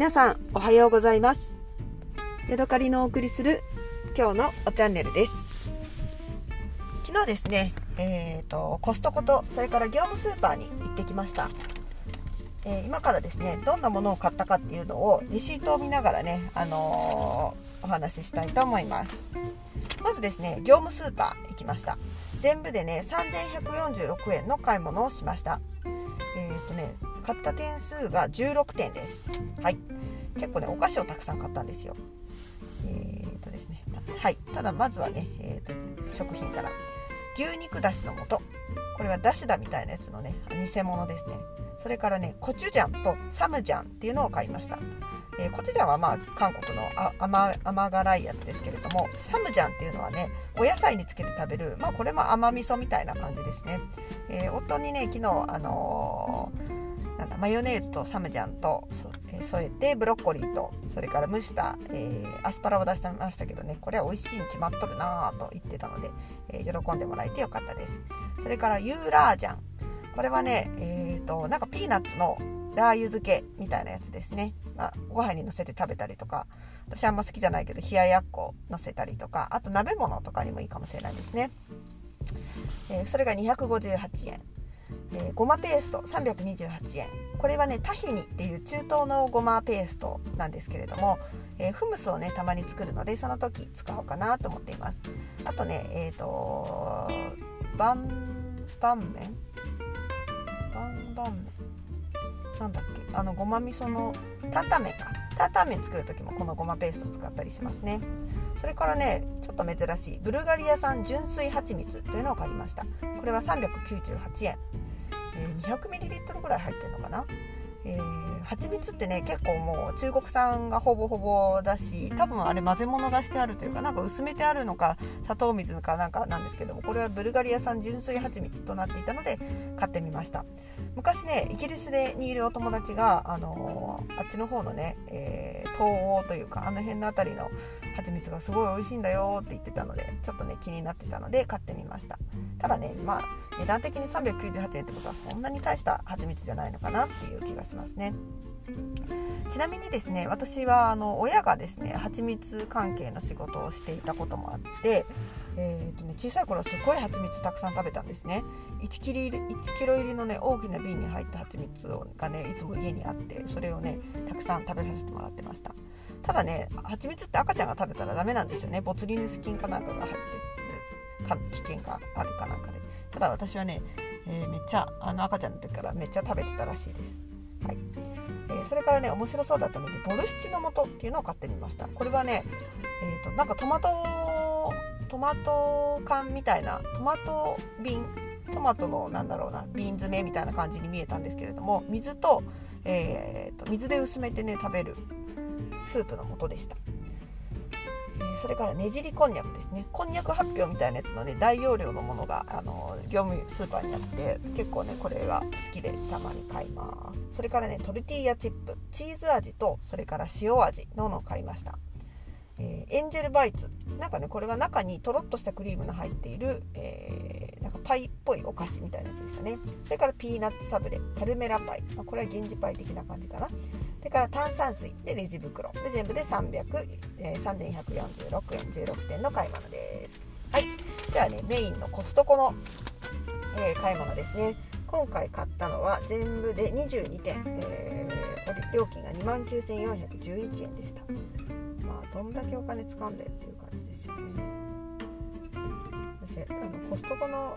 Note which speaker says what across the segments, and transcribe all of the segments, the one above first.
Speaker 1: 皆さんおはようございます。ヤドカリのお送りする今日のおチャンネルです。昨日ですね、コストコとそれから業務スーパーに行ってきました。今からですねどんなものを買ったかっていうのをレシートを見ながらね、お話ししたいと思います。まずですね、業務スーパー行きました。全部でね3146円の買い物をしました。買った点数が16点です。はい、結構ねお菓子をたくさん買ったんですよ。ですね、はい、ただまずはね、食品から牛肉だしの素、これはだしだみたいなやつのね偽物ですね。それからねコチュジャンとサムジャンっていうのを買いました。コチュジャンはまあ韓国の甘辛いやつですけれども、サムジャンっていうのはねお野菜につけて食べる、まあこれも甘味噌みたいな感じですね。夫にね昨日マヨネーズとサムジャンと添えてブロッコリーとそれから蒸した、アスパラを出してましたけどね、これは美味しいに決まっとるなと言ってたので、喜んでもらえてよかったです。それからユーラージャン、これはね、なんかピーナッツのラー油漬けみたいなやつですね。ご飯にのせて食べたりとか、私あんま好きじゃないけど冷ややっこのせたりとか、あと鍋物とかにもいいかもしれないですね。それが258円。ごまペースト328円。これはねタヒニっていう中東のごまペーストなんですけれども、フムスをねたまに作るのでその時使おうかなと思っています。あとねバン麺なんだっけ、ごま味噌の担々麺か、担々麺作る時もこのごまペースト使ったりしますね。それからねちょっと珍しいブルガリア産純粋蜂蜜というのを買いました。これは398円、200ml ぐらい入ってるのかな。蜂蜜ってね結構もう中国産がほぼほぼだし、多分あれ混ぜ物がしてあるというか、なんか薄めてあるのか砂糖水かなんかなんですけども、これはブルガリア産純粋蜂蜜となっていたので買ってみました。昔ねイギリスにいるお友達があっちの方のね、東欧というかあの辺のあたりの蜂蜜がすごい美味しいんだよって言ってたので、ちょっとね気になってたので買ってみました。ただね値段的に398円ってことはそんなに大した蜂蜜じゃないのかなっていう気がしますね。ちなみにですね、私は親がですね蜂蜜関係の仕事をしていたこともあって、小さい頃すごい蜂蜜たくさん食べたんですね。1キロ入りのね大きな瓶に入った蜂蜜がねいつも家にあって、それをねたくさん食べさせてもらってました。ただね蜂蜜って赤ちゃんが食べたらダメなんですよね。ボツリヌス菌かなんかが入ってる危険があるかなんかで。ただ私はね、めっちゃ赤ちゃんの時からめっちゃ食べてたらしいです。はい。それからね面白そうだったのでボルシチの素っていうのを買ってみました。これはね、なんかトマト缶みたいなトマトの瓶詰めみたいな感じに見えたんですけれども、水で薄めてね食べるスープの素でした。それからねじりこんにゃくですね。こんにゃく発表みたいなやつのね大容量のものが業務スーパーにあって、結構ねこれが好きでたまに買います。それからねトルティーヤチップ、チーズ味とそれから塩味のものを買いました。エンジェルバイツ、なんかねこれは中にとろっとしたクリームの入っている、なんかパイっぽいお菓子みたいなやつでしたね。それからピーナッツサブレ、パルメラパイ、これは源氏パイ的な感じかな。それから炭酸水でレジ袋で全部で3146円16点の買い物です。はい、ではねメインのコストコの、買い物ですね。今回買ったのは全部で22点、料金が29,411円でした。どんだけお金使うんだよっていう感じですよね。私コストコの、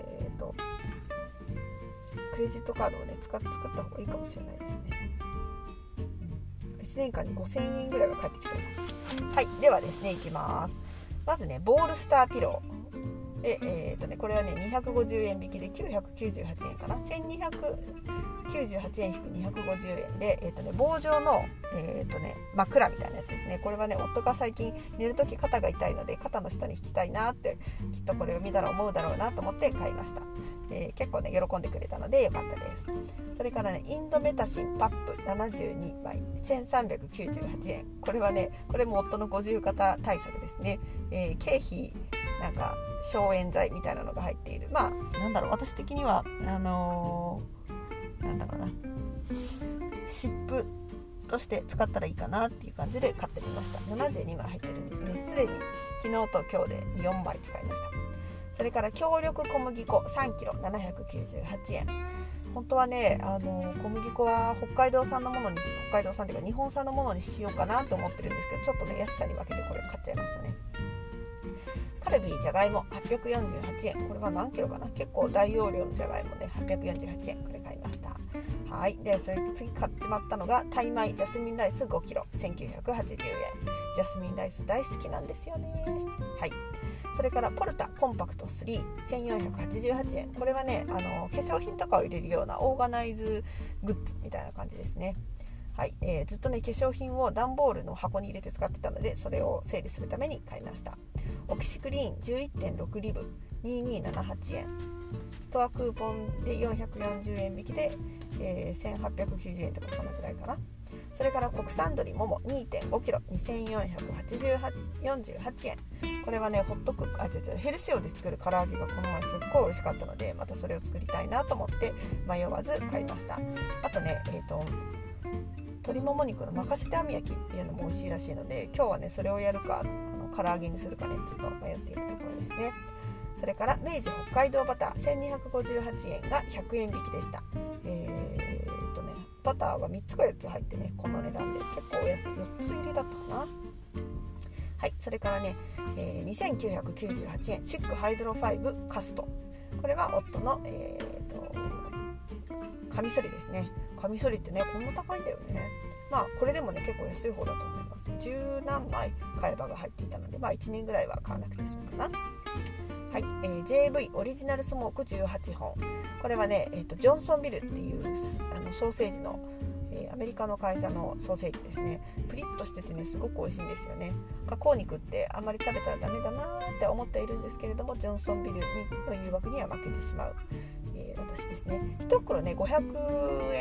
Speaker 1: クレジットカードをね作った方がいいかもしれないですね。1年間に5,000円ぐらいは返ってきそうです。はい、ではですねいきます。まずねボールスターピローで、これはね250円引きで998円かな。1298円引く250円で、棒状の、枕みたいなやつですね。これはね夫が最近寝るとき肩が痛いので肩の下に引きたいなってきっとこれを見たら思うだろうなと思って買いました。結構ね喜んでくれたのでよかったです。それからねインドメタシンパップ72枚1398円。これはねこれも夫の五十肩対策ですね。経費なんか消炎剤みたいなのが入っている、私的には湿布として使ったらいいかなっていう感じで買ってみました。72枚入ってるんですね。すでに昨日と今日で4枚使いました。それから強力小麦粉 3kg798 円。本当はね小麦粉は北海道産のものに、北海道産というか日本産のものにしようかなと思ってるんですけど、ちょっとね安さに分けてこれ買っちゃいましたね。カルビーじゃがいも848円。これは何キロかな、結構大容量のじゃがいもね848円。これ買いました。はい。でそれ次買っちまったのがタイ米ジャスミンライス5キロ1980円。ジャスミンライス大好きなんですよね。はい。それからポルタコンパクト3 1488円。これはね化粧品とかを入れるようなオーガナイズグッズみたいな感じですね。はい。ずっとね化粧品を段ボールの箱に入れて使ってたので、それを整理するために買いました。オキシクリーン 11.6 リブ2278円。ストアクーポンで440円引きで、1890円とかそのくらいかな。それから国産鶏もも 2.5 キロ2448円。これはねホットクックヘルシオで作る唐揚げがこの前すっごい美味しかったので、またそれを作りたいなと思って迷わず買いました。あとね鶏もも肉の任せて網焼きっていうのも美味しいらしいので、今日はねそれをやるか唐揚げにするかねちょっと迷っているところですね。それから明治北海道バター1258円が100円引きでした。バターが3つか4つ入ってねこの値段で結構お安い、4つ入りだったかな。はい。それからね、2998円シックハイドロ5カスト。これは夫のカミソリですね。カミソリってねこんな高いんだよね。まあこれでもね結構安い方だと思います。10何枚買えばが入っていたので、まあ1年ぐらいは買わなくて済むかな。はい。JV オリジナルスモーク18本。これはね、ジョンソンビルっていうソーセージの、アメリカの会社のソーセージですね。プリッとしててねすごく美味しいんですよね。加工肉ってあんまり食べたらダメだなって思っているんですけれども、ジョンソンビルの誘惑には負けてしまう、私ですね。1袋ね530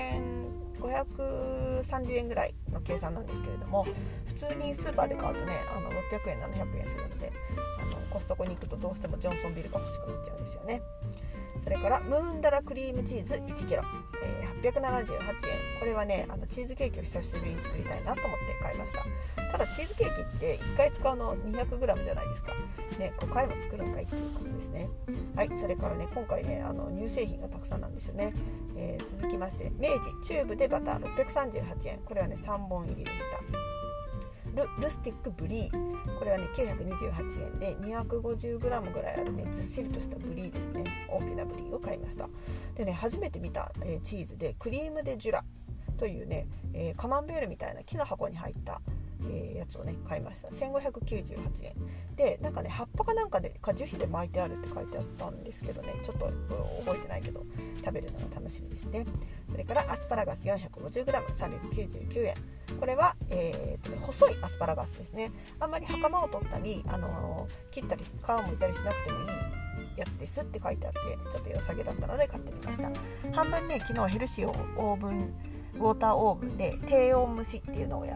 Speaker 1: 円ぐらいの計算なんですけれども、普通にスーパーで買うとね600円700円するので、コストコに行くとどうしてもジョンソンビルが欲しくなっちゃうんですよね。それからムーンダラクリームチーズ 1kg、878円。これはねチーズケーキを久しぶりに作りたいなと思って買いました。ただチーズケーキって1回使うの 200g じゃないですかね。5回も作るんかいっていう感じですね。はい。それからね今回ね乳製品がたくさんなんですよね。続きまして明治チューブでバター638円。これはね3本入りでした。ルスティックブリー、これはね928円で 250g ぐらいあるねずっしりとしたブリーですね。大きなブリーを買いました。でね初めて見た、チーズでクリームデジュラというね、カマンベールみたいな木の箱に入ったやつをね買いました。1598円で、なんかね葉っぱかなんかで樹皮で巻いてあるって書いてあったんですけどね、ちょっと覚えてないけど食べるのが楽しみですね。それからアスパラガス 450g399 円。これは、細いアスパラガスですね。あんまり袴を取ったり、切ったり皮を剥いたりしなくてもいいやつですって書いてあって、ちょっと良さげだったので買ってみました。半分ね昨日ヘルシオウォーターオーブンで低温蒸しっていうのをやって、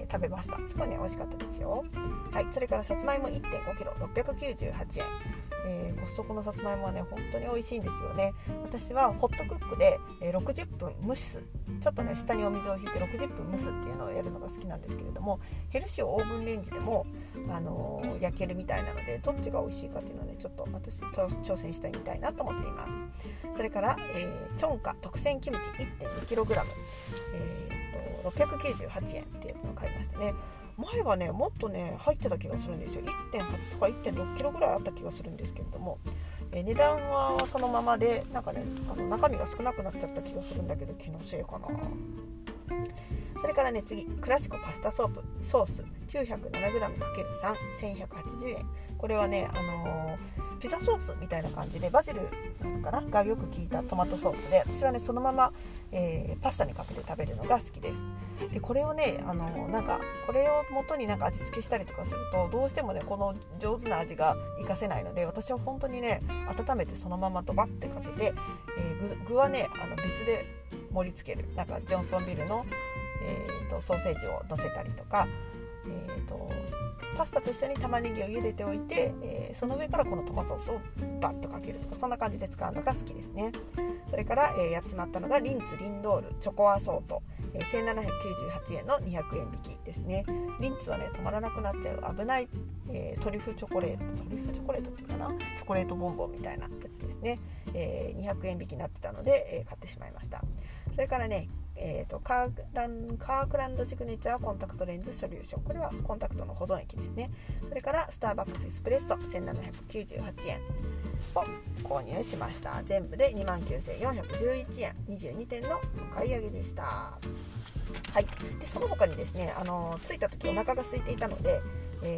Speaker 1: 食べました。すごいね美味しかったですよ。はい。それからさつまいも 1.5kg698 円。コストコのさつまいもはね本当に美味しいんですよね。私はホットクックで60分蒸す、ちょっとね下にお水を引いて60分蒸すっていうのをやるのが好きなんですけれども、ヘルシオオーブンレンジでも、焼けるみたいなので、どっちが美味しいかっていうのはねちょっと私挑戦してみたいなと思っています。それから、チョンカ特選キムチ 1.2kg、698円ってやつを買いましたね。前はねもっとね入ってた気がするんですよ。 1.8 とか 1.6kg ぐらいあった気がするんですけれども、値段はそのままで、なんかね中身が少なくなっちゃった気がするんだけど、気のせいかな。それからね次クラシコパスタソース 907g×3 1180円。これはねピザソースみたいな感じでバジルなのかながよく効いたトマトソースで、私はねそのまま、パスタにかけて食べるのが好きです。でこれをねなんかこれを元になんか味付けしたりとかするとどうしてもねこの上手な味が活かせないので、私は本当にね温めてそのままドバッてかけて、具はね別で盛り付ける、なんかジョンソンビルの、ソーセージを乗せたりとか、 パスタと一緒に玉ねぎを茹でておいて、その上からこのトマソースをバッとかけるとか、そんな感じで使うのが好きですね。それから、やっちまったのがリンツリンドールチョコアソート、1798円の200円引きですね。リンツはね止まらなくなっちゃう危ない、トリュフチョコレートっていうかな、チョコレートボンボンみたいなやつですね。200円引きになってたので、買ってしまいました。それからね、カークランドシグネチャーコンタクトレンズソリューション、これはコンタクトの保存液ですね。それからスターバックスエスプレッソ1798円を購入しました。全部で 29,411 円、22点のお買い上げでした。はい。でその他にですね、着いた時お腹が空いていたので、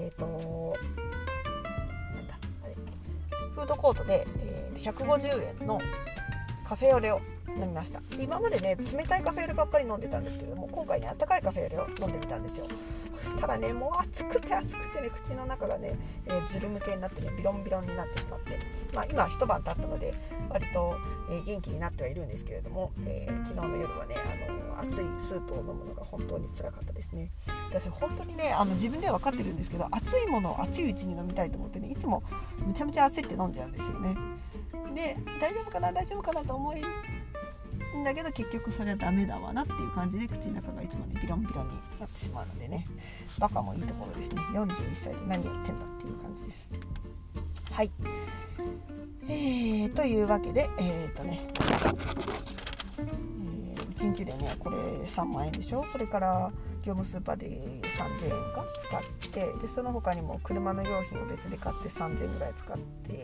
Speaker 1: フードコートで、150円のカフェオレを飲みました。で今までね冷たいカフェオレばっかり飲んでたんですけれども、今回ね温かいカフェオレを飲んでみたんですよ。そしたらねもう熱くてね口の中がね、ズル向けになってねビロンビロンになってしまって、今一晩経ったので割と、元気になってはいるんですけれども、昨日の夜はね熱いスープを飲むのが本当に辛かったですね。私本当にね自分では分かってるんですけど、熱いものを熱いうちに飲みたいと思ってね、いつもむちゃむちゃ焦って飲んじゃうんですよね。で大丈夫かなと思うんだけど、結局それはダメだわなっていう感じで口の中がいつもねビロンビロンになってしまうのでね、バカもいいところですね。41歳で何やってんだっていう感じです。はい、というわけで1日でねこれ3万円でしょ。それから業務スーパーで3000円か使って、でその他にも車の用品を別で買って3000円ぐらい使って、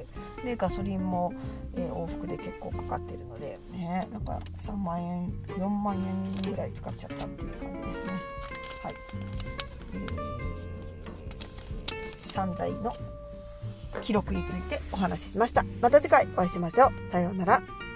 Speaker 1: でガソリンも、往復で結構かかってるのでね、なんか3万円4万円ぐらい使っちゃったっていう感じですね。はい、散財の記録についてお話ししました。また次回お会いしましょう。さようなら。